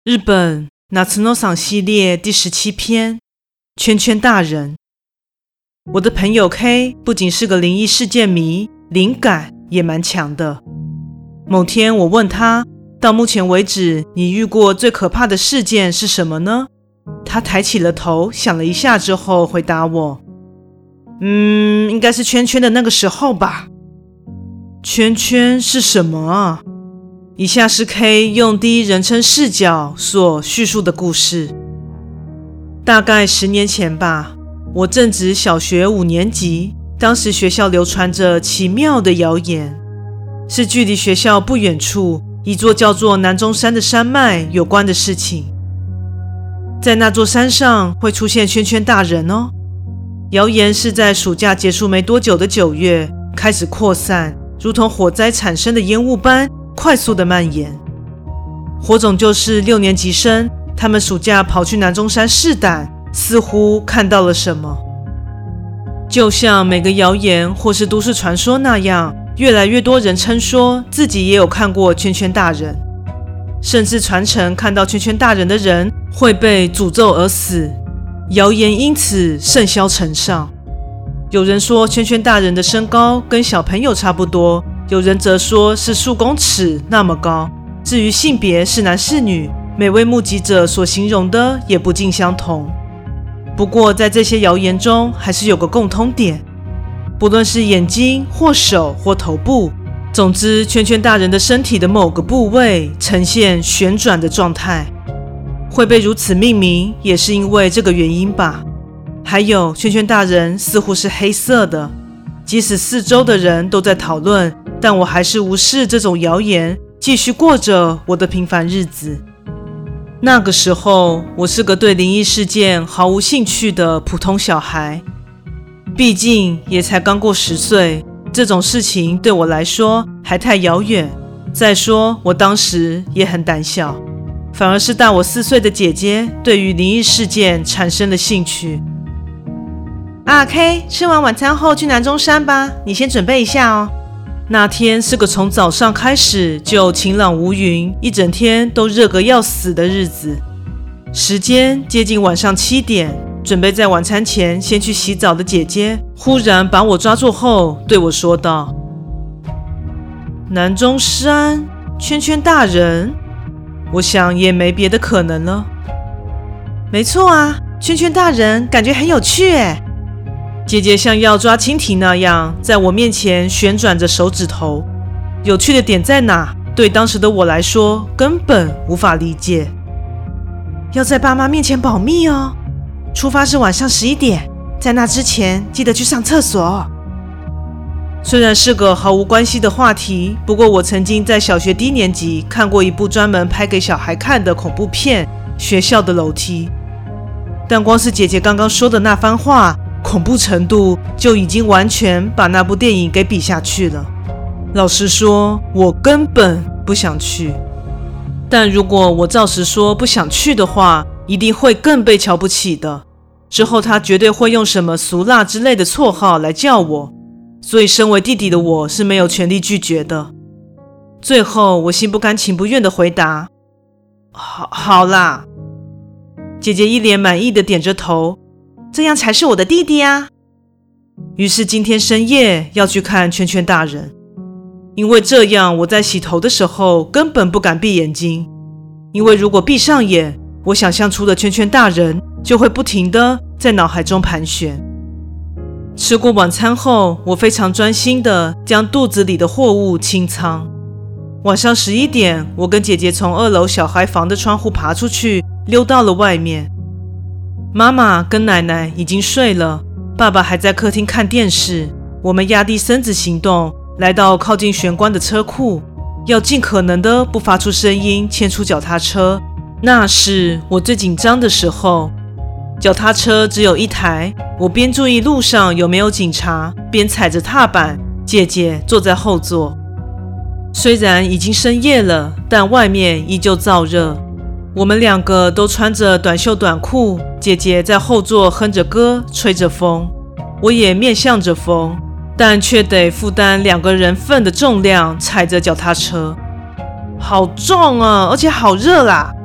日本夏の赏系列第17篇，圈圈大人。我的朋友 K 不仅是个灵异事件迷，灵感也蛮强的。某天我问他，到目前为止你遇过最可怕的事件是什么呢？他抬起了头，想了一下之后回答我，应该是圈圈的那个时候吧。圈圈是什么啊？以下是 K 用第一人称视角所叙述的故事。大概10年前吧，我正值小学5年级，当时学校流传着奇妙的谣言，是距离学校不远处一座叫做南中山的山脉有关的事情。在那座山上会出现圈圈大人哦。谣言是在暑假结束没多久的9月开始扩散，如同火灾产生的烟雾般快速的蔓延。火种就是6年级生，他们暑假跑去南中山试胆，似乎看到了什么。就像每个谣言或是都市传说那样，越来越多人称说自己也有看过圈圈大人，甚至传承看到圈圈大人的人会被诅咒而死，谣言因此甚嚣尘上。有人说圈圈大人的身高跟小朋友差不多，有人则说是数公尺那么高，至于性别是男是女，每位目击者所形容的也不尽相同。不过在这些谣言中还是有个共通点，不论是眼睛或手或头部，总之圈圈大人的身体的某个部位呈现旋转的状态，会被如此命名也是因为这个原因吧。还有圈圈大人似乎是黑色的，即使四周的人都在讨论，但我还是无视这种谣言，继续过着我的平凡日子。那个时候我是个对灵异事件毫无兴趣的普通小孩，毕竟也才刚过10岁，这种事情对我来说还太遥远。再说我当时也很胆小，反而是大我4岁的姐姐对于灵异事件产生了兴趣。K， 吃完晚餐后去南中山吧，你先准备一下哦。那天是个从早上开始就晴朗无云，一整天都热个要死的日子。时间接近晚上7点，准备在晚餐前先去洗澡的姐姐忽然把我抓住后对我说道，南中山圈圈大人，我想也没别的可能了。没错啊，圈圈大人感觉很有趣耶。姐姐像要抓蜻蜓那样在我面前旋转着手指头，有趣的点在哪？对当时的我来说根本无法理解。要在爸妈面前保密哦，出发是晚上11点，在那之前记得去上厕所。虽然是个毫无关系的话题，不过我曾经在小学低年级看过一部专门拍给小孩看的恐怖片《学校的楼梯》，但光是姐姐刚刚说的那番话，恐怖程度就已经完全把那部电影给比下去了。老实说，我根本不想去，但如果我照实说不想去的话，一定会更被瞧不起的。之后他绝对会用什么俗辣之类的绰号来叫我，所以身为弟弟的我是没有权利拒绝的。最后我心不甘情不愿地回答，好啦。姐姐一脸满意地点着头，这样才是我的弟弟啊。于是今天深夜要去看圈圈大人，因为这样我在洗头的时候根本不敢闭眼睛，因为如果闭上眼，我想象出的圈圈大人就会不停地在脑海中盘旋。吃过晚餐后，我非常专心地将肚子里的货物清仓。晚上11点，我跟姐姐从2楼小孩房的窗户爬出去，溜到了外面。妈妈跟奶奶已经睡了，爸爸还在客厅看电视。我们压低身子行动，来到靠近玄关的车库，要尽可能的不发出声音牵出脚踏车。那是我最紧张的时候。脚踏车只有1台，我边注意路上有没有警察，边踩着踏板，姐姐坐在后座。虽然已经深夜了，但外面依旧燥热。我们2个都穿着短袖短裤，姐姐在后座哼着歌，吹着风，我也面向着风，但却得负担2个人份的重量，踩着脚踏车。好重啊，而且好热啦！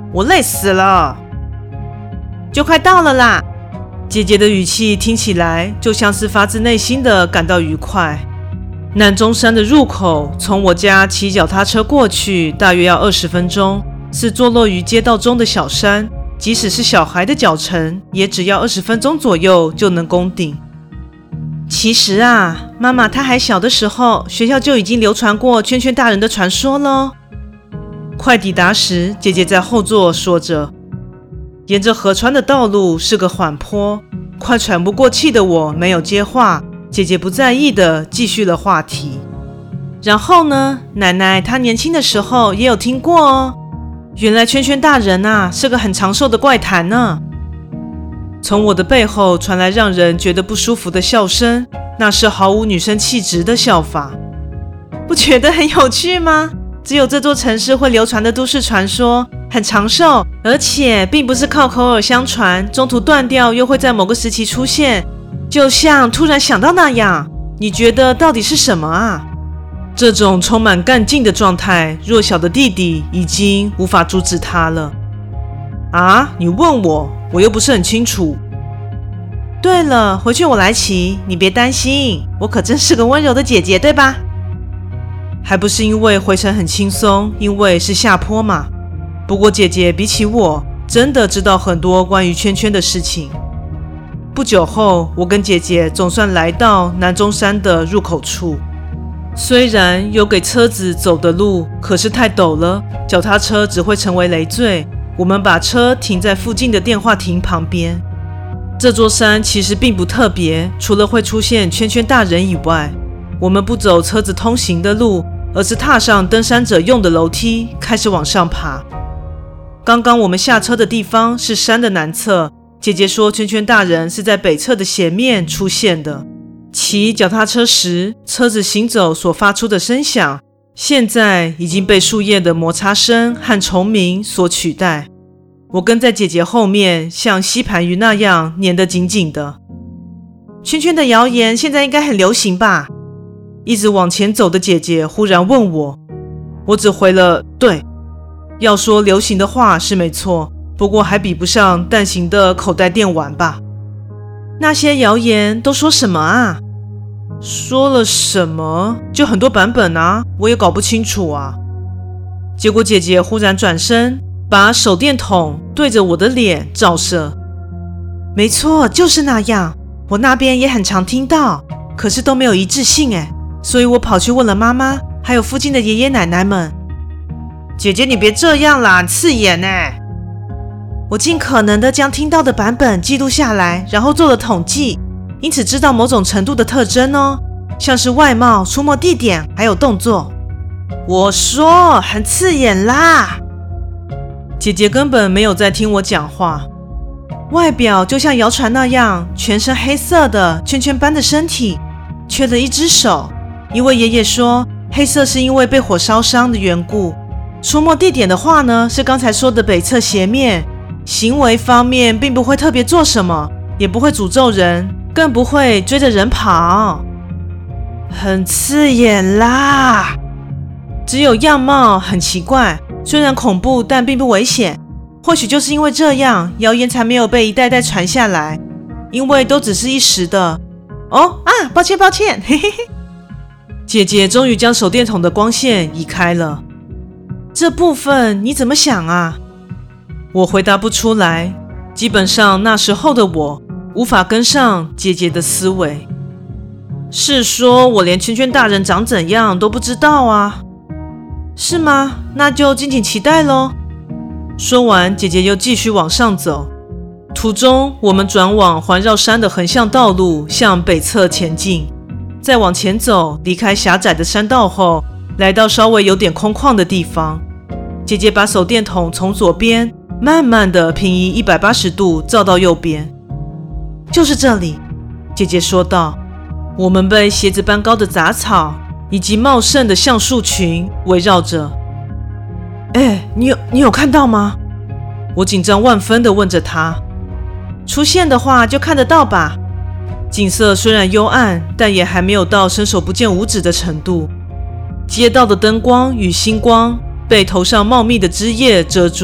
我累死了。就快到了啦。姐姐的语气听起来就像是发自内心的感到愉快。南中山的入口，从我家骑脚踏车过去大约要20分钟，是坐落于街道中的小山，即使是小孩的脚程，也只要20分钟左右就能攻顶。其实啊，妈妈她还小的时候，学校就已经流传过圈圈大人的传说咯。快抵达时，姐姐在后座说着。沿着河川的道路是个缓坡，快喘不过气的我没有接话，姐姐不在意的继续了话题。然后呢，奶奶她年轻的时候也有听过哦。原来圈圈大人啊是个很长寿的怪谈呢。从我的背后传来让人觉得不舒服的笑声，那是毫无女生气质的笑法。不觉得很有趣吗？只有这座城市会流传的都市传说，很长寿，而且并不是靠口耳相传，中途断掉又会在某个时期出现，就像突然想到那样。你觉得到底是什么啊？这种充满干劲的状态，弱小的弟弟已经无法阻止他了。啊，你问我，我又不是很清楚。对了，回去我来骑，你别担心，我可真是个温柔的姐姐，对吧？还不是因为回程很轻松，因为是下坡嘛。不过姐姐比起我，真的知道很多关于圈圈的事情。不久后，我跟姐姐总算来到南中山的入口处。虽然有给车子走的路，可是太陡了，脚踏车只会成为累赘。我们把车停在附近的电话亭旁边。这座山其实并不特别，除了会出现圈圈大人以外，我们不走车子通行的路，而是踏上登山者用的楼梯，开始往上爬。刚刚我们下车的地方是山的南侧，姐姐说圈圈大人是在北侧的斜面出现的。骑脚踏车时，车子行走所发出的声响，现在已经被树叶的摩擦声和虫鸣所取代。我跟在姐姐后面，像吸盘鱼那样粘得紧紧的。圈圈的谣言现在应该很流行吧？一直往前走的姐姐忽然问我，我只回了对。要说流行的话是没错，不过还比不上蛋形的口袋电玩吧。那些谣言都说什么啊？说了什么？就很多版本啊，我也搞不清楚啊。结果姐姐忽然转身，把手电筒对着我的脸照射。没错，就是那样。我那边也很常听到，可是都没有一致性诶，所以我跑去问了妈妈，还有附近的爷爷奶奶们。姐姐你别这样啦，刺眼诶。我尽可能的将听到的版本记录下来，然后做了统计，因此知道某种程度的特征哦，像是外貌、出没地点还有动作。我说很刺眼啦。姐姐根本没有在听我讲话。外表就像谣传那样，全身黑色的圈圈般的身体，缺了一只手。一位爷爷说，黑色是因为被火烧伤的缘故。出没地点的话呢，是刚才说的北侧斜面。行为方面并不会特别做什么，也不会诅咒人，更不会追着人跑。很刺眼啦。只有样貌很奇怪，虽然恐怖，但并不危险。或许就是因为这样，谣言才没有被一代代传下来，因为都只是一时的。哦啊，抱歉，嘿嘿嘿。姐姐终于将手电筒的光线移开了。这部分你怎么想啊？我回答不出来，基本上那时候的我无法跟上姐姐的思维。是说我连圈圈大人长怎样都不知道啊？是吗？那就敬请期待咯。说完，姐姐又继续往上走。途中，我们转往环绕山的横向道路，向北侧前进。再往前走，离开狭窄的山道后，来到稍微有点空旷的地方。姐姐把手电筒从左边慢慢的平移180度照到右边。就是这里，姐姐说道。我们被鞋子般高的杂草以及茂盛的橡树群围绕着。你有看到吗？我紧张万分地问着她。出现的话就看得到吧。景色虽然幽暗，但也还没有到伸手不见五指的程度。街道的灯光与星光被头上茂密的枝叶遮住，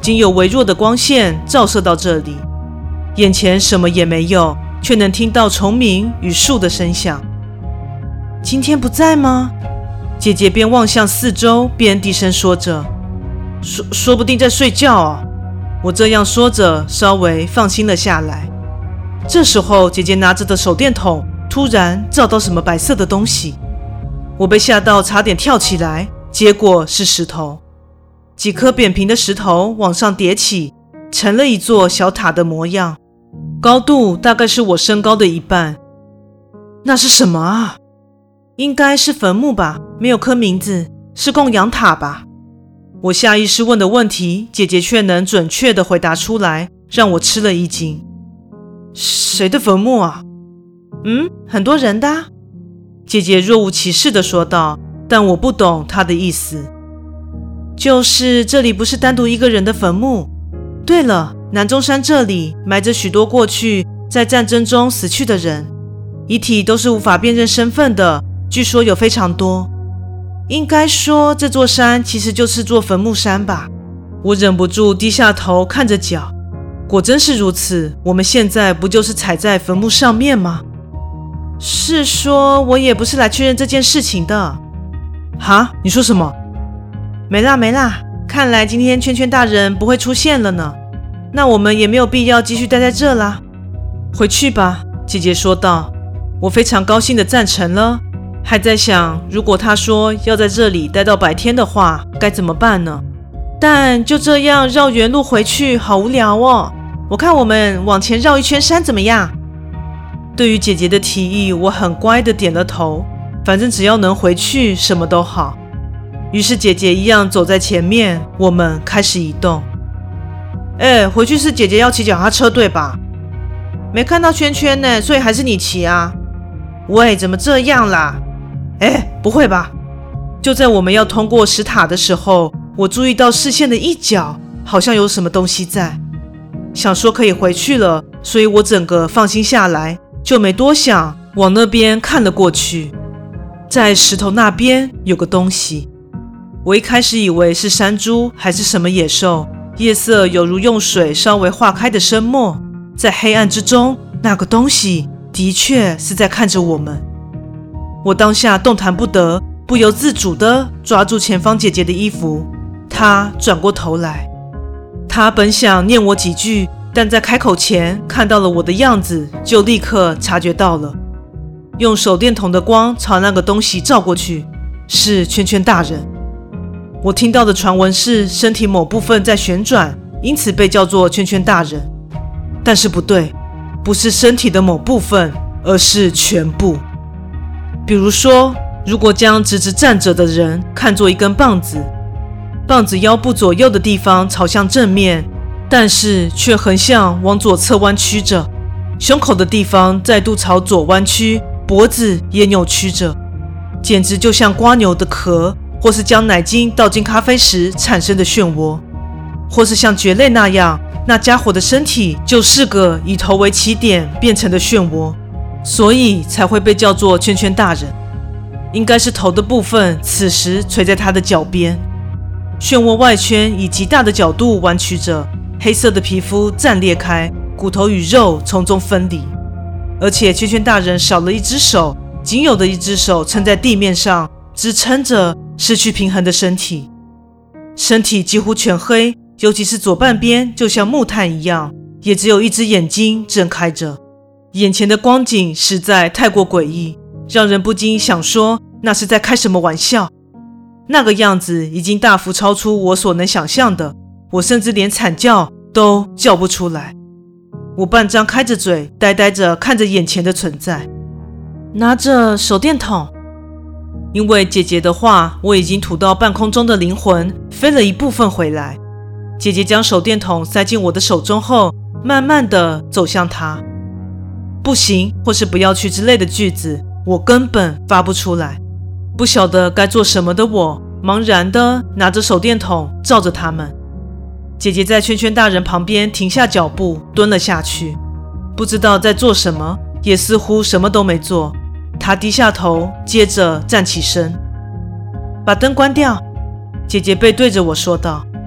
仅有微弱的光线照射到这里，眼前什么也没有，却能听到虫鸣与树的声响。今天不在吗？姐姐边望向四周边低声说着，说不定在睡觉哦。我这样说着，稍微放心了下来。这时候，姐姐拿着的手电筒突然照到什么白色的东西，我被吓到差点跳起来，结果是石头。几颗扁平的石头往上叠起，成了一座小塔的模样，高度大概是我身高的一半。那是什么啊？应该是坟墓吧，没有刻名字，是供养塔吧？我下意识问的问题，姐姐却能准确地回答出来，让我吃了一惊。谁的坟墓啊？很多人的啊。姐姐若无其事地说道，但我不懂她的意思。就是这里不是单独一个人的坟墓。对了，南中山这里埋着许多过去在战争中死去的人，遗体都是无法辨认身份的，据说有非常多。应该说这座山其实就是座坟墓山吧。我忍不住低下头看着脚，果真是如此，我们现在不就是踩在坟墓上面吗？是说我也不是来确认这件事情的。哈？你说什么？没啦，看来今天圈圈大人不会出现了呢。那我们也没有必要继续待在这啦。回去吧，姐姐说道。我非常高兴地赞成了，还在想如果她说要在这里待到白天的话该怎么办呢？但就这样绕原路回去好无聊哦，我看我们往前绕一圈山怎么样？对于姐姐的提议，我很乖地点了头，反正只要能回去什么都好。于是姐姐一样走在前面，我们开始移动。回去是姐姐要骑脚踏车对吧？没看到圈圈呢，所以还是你骑啊。喂，怎么这样啦？不会吧？就在我们要通过石塔的时候，我注意到视线的一角好像有什么东西在，想说可以回去了，所以我整个放心下来，就没多想，往那边看了过去。在石头那边有个东西，我一开始以为是山猪还是什么野兽，夜色有如用水稍微化开的深墨，在黑暗之中，那个东西的确是在看着我们。我当下动弹不得，不由自主地抓住前方姐姐的衣服。她转过头来，她本想念我几句，但在开口前看到了我的样子，就立刻察觉到了。用手电筒的光朝那个东西照过去，是圈圈大人。我听到的传闻是身体某部分在旋转，因此被叫做圈圈大人。但是不对，不是身体的某部分，而是全部。比如说，如果将直直站着的人看作一根棒子，棒子腰部左右的地方朝向正面，但是却横向往左侧弯曲着，胸口的地方再度朝左弯曲，脖子也扭曲着，简直就像蝸牛的壳，或是将奶精倒进咖啡时产生的漩涡，或是像蕨类那样，那家伙的身体就是个以头为起点变成的漩涡，所以才会被叫做圈圈大人。应该是头的部分此时垂在他的脚边，漩涡外圈以极大的角度弯曲着，黑色的皮肤绽裂开，骨头与肉从中分离。而且圈圈大人少了一只手，仅有的一只手撑在地面上，支撑着失去平衡的身体。身体几乎全黑，尤其是左半边就像木炭一样，也只有一只眼睛睁开着。眼前的光景实在太过诡异，让人不禁想说那是在开什么玩笑。那个样子已经大幅超出我所能想象的，我甚至连惨叫都叫不出来。我半张开着嘴，呆呆着看着眼前的存在，拿着手电筒。因为姐姐的话，我已经吐到半空中的灵魂飞了一部分回来。姐姐将手电筒塞进我的手中后，慢慢地走向她。不行，或是不要去之类的句子，我根本发不出来。不晓得该做什么的我，茫然地拿着手电筒照着他们。姐姐在圈圈大人旁边停下脚步，蹲了下去，不知道在做什么，也似乎什么都没做。她低下头，接着站起身，把灯关掉。姐姐背对着我说道。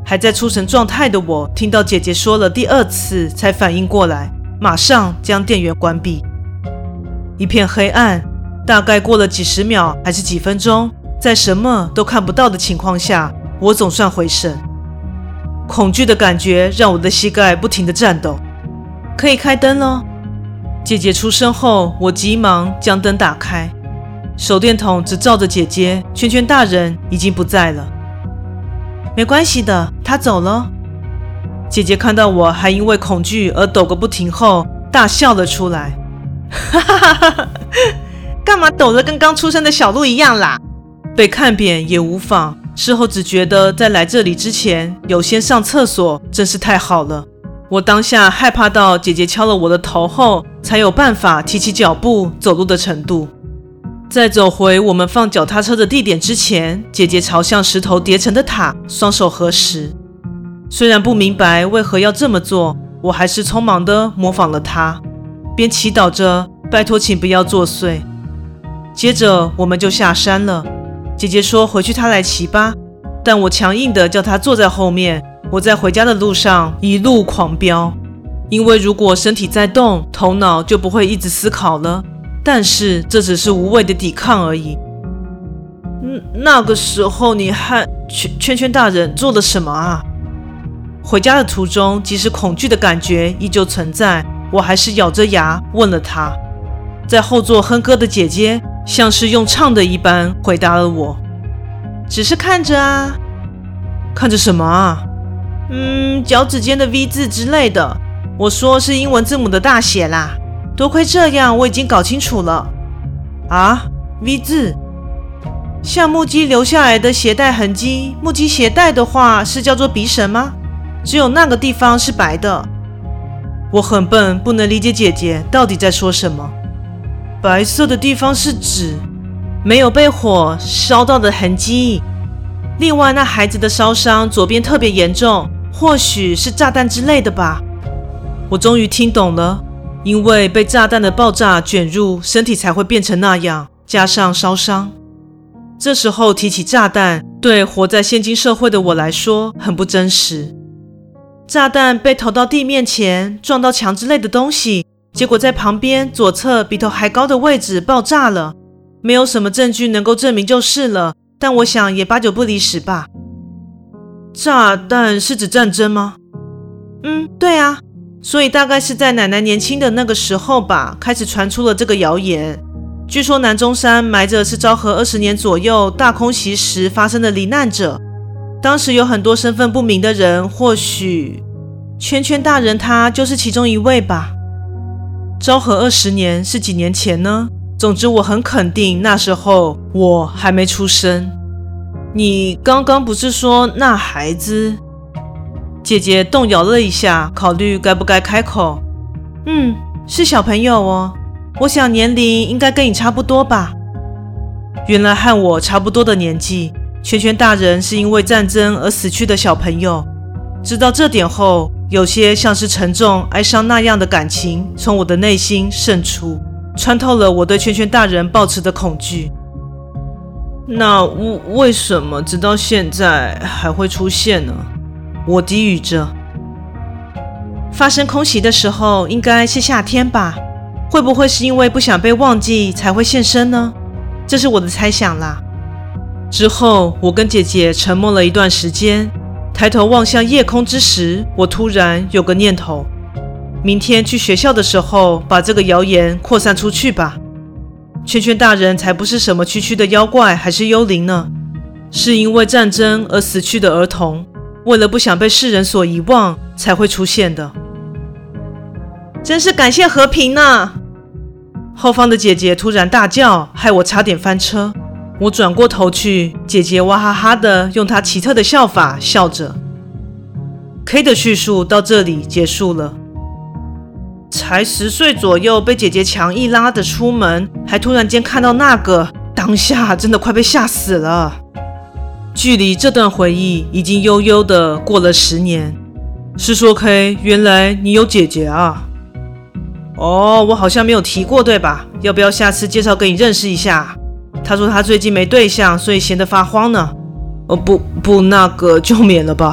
还在出神状态的我，听到姐姐说了第2次，才反应过来，马上将电源关闭。一片黑暗，大概过了几十秒还是几分钟，在什么都看不到的情况下，我总算回神。恐惧的感觉让我的膝盖不停地颤抖。可以开灯咯。姐姐出声后，我急忙将灯打开，手电筒只照着姐姐，圈圈大人已经不在了。没关系的，他走了。姐姐看到我还因为恐惧而抖个不停后，大笑了出来。哈哈哈哈，干嘛抖得跟刚出生的小鹿一样啦？被看扁也无妨，事后只觉得在来这里之前有先上厕所真是太好了。我当下害怕到姐姐敲了我的头后，才有办法提起脚步走路的程度。在走回我们放脚踏车的地点之前，姐姐朝向石头叠成的塔，双手合十。虽然不明白为何要这么做，我还是匆忙地模仿了她，边祈祷着拜托请不要作祟。接着我们就下山了。姐姐说回去她来骑吧，但我强硬地叫她坐在后面。我在回家的路上一路狂飙，因为如果身体在动，头脑就不会一直思考了。但是这只是无谓的抵抗而已。那个时候你和圈圈大人做了什么啊？回家的途中，即使恐惧的感觉依旧存在，我还是咬着牙问了他。在后座哼歌的姐姐像是用唱的一般回答了我：只是看着啊。看着什么啊？脚趾间的 V 字之类的。我说是英文字母的大写啦。多亏这样，我已经搞清楚了。啊 ，V 字，像木屐留下来的鞋带痕迹。木屐鞋带的话是叫做鼻神吗？只有那个地方是白的。我很笨，不能理解姐姐到底在说什么。白色的地方是指没有被火烧到的痕迹。另外，那孩子的烧伤左边特别严重，或许是炸弹之类的吧。我终于听懂了，因为被炸弹的爆炸卷入，身体才会变成那样，加上烧伤。这时候提起炸弹，对活在现今社会的我来说很不真实。炸弹被投到地面前，撞到墙之类的东西，结果在旁边左侧比头还高的位置爆炸了。没有什么证据能够证明就是了，但我想也8九不离10吧。炸弹是指战争吗？对啊，所以大概是在奶奶年轻的那个时候吧，开始传出了这个谣言。据说南中山埋着是昭和20年左右大空袭时发生的罹难者，当时有很多身份不明的人，或许圈圈大人他就是其中一位吧。昭和20年是几年前呢？总之我很肯定那时候我还没出生。你刚刚不是说那孩子？姐姐动摇了一下，考虑该不该开口。是小朋友哦，我想年龄应该跟你差不多吧。原来和我差不多的年纪，圈圈大人是因为战争而死去的小朋友。知道这点后，有些像是沉重哀伤那样的感情从我的内心渗出，穿透了我对圈圈大人抱持的恐惧。那为什么直到现在还会出现呢？我低语着。发生空袭的时候应该是夏天吧，会不会是因为不想被忘记才会现身呢？这是我的猜想啦。之后我跟姐姐沉默了一段时间，抬头望向夜空之时，我突然有个念头，明天去学校的时候把这个谣言扩散出去吧。圈圈大人才不是什么区区的妖怪还是幽灵呢，是因为战争而死去的儿童，为了不想被世人所遗忘才会出现的。真是感谢和平呢！后方的姐姐突然大叫，害我差点翻车。我转过头去，姐姐哇哈哈的用她奇特的笑法笑着。K 的叙述到这里结束了。才10岁左右被姐姐强硬拉着出门，还突然间看到那个，当下真的快被吓死了。距离这段回忆已经悠悠的过了10年。是说 K， 原来你有姐姐啊？哦，我好像没有提过对吧？要不要下次介绍给你认识一下？她说她最近没对象，所以闲得发慌呢。不，那个就免了吧。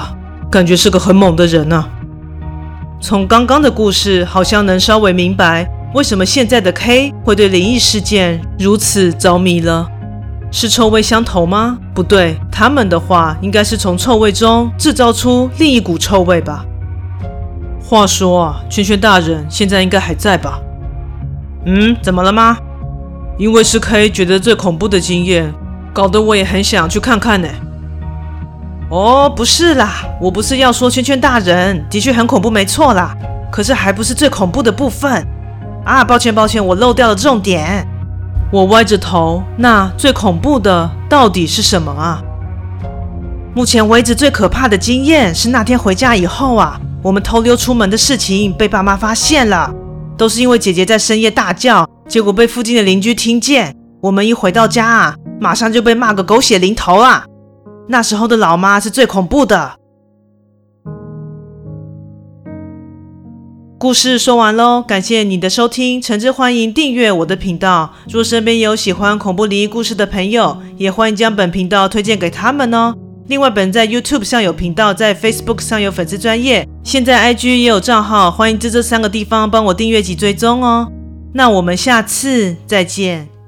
感觉是个很猛的人啊。从刚刚的故事好像能稍微明白为什么现在的 K 会对灵异事件如此着迷了。是臭味相投吗？不对，他们的话应该是从臭味中制造出另一股臭味吧。话说啊，圈圈大人现在应该还在吧？怎么了吗？因为是 K 觉得最恐怖的经验，搞得我也很想去看看呢。哦，不是啦，我不是要说圈圈大人的确很恐怖没错啦，可是还不是最恐怖的部分啊！抱歉，我漏掉了重点。我歪着头，那最恐怖的到底是什么啊？目前为止最可怕的经验是那天回家以后啊，我们偷溜出门的事情被爸妈发现了，都是因为姐姐在深夜大叫，结果被附近的邻居听见。我们一回到家啊，马上就被骂个狗血淋头啊！那时候的老妈是最恐怖的。故事说完咯，感谢你的收听，诚挚欢迎订阅我的频道。若身边有喜欢恐怖灵异故事的朋友，也欢迎将本频道推荐给他们哦。另外，本在 YouTube 上有频道，在 Facebook 上有粉丝专页，现在 IG 也有账号，欢迎在这3个地方帮我订阅及追踪哦。那我们下次再见。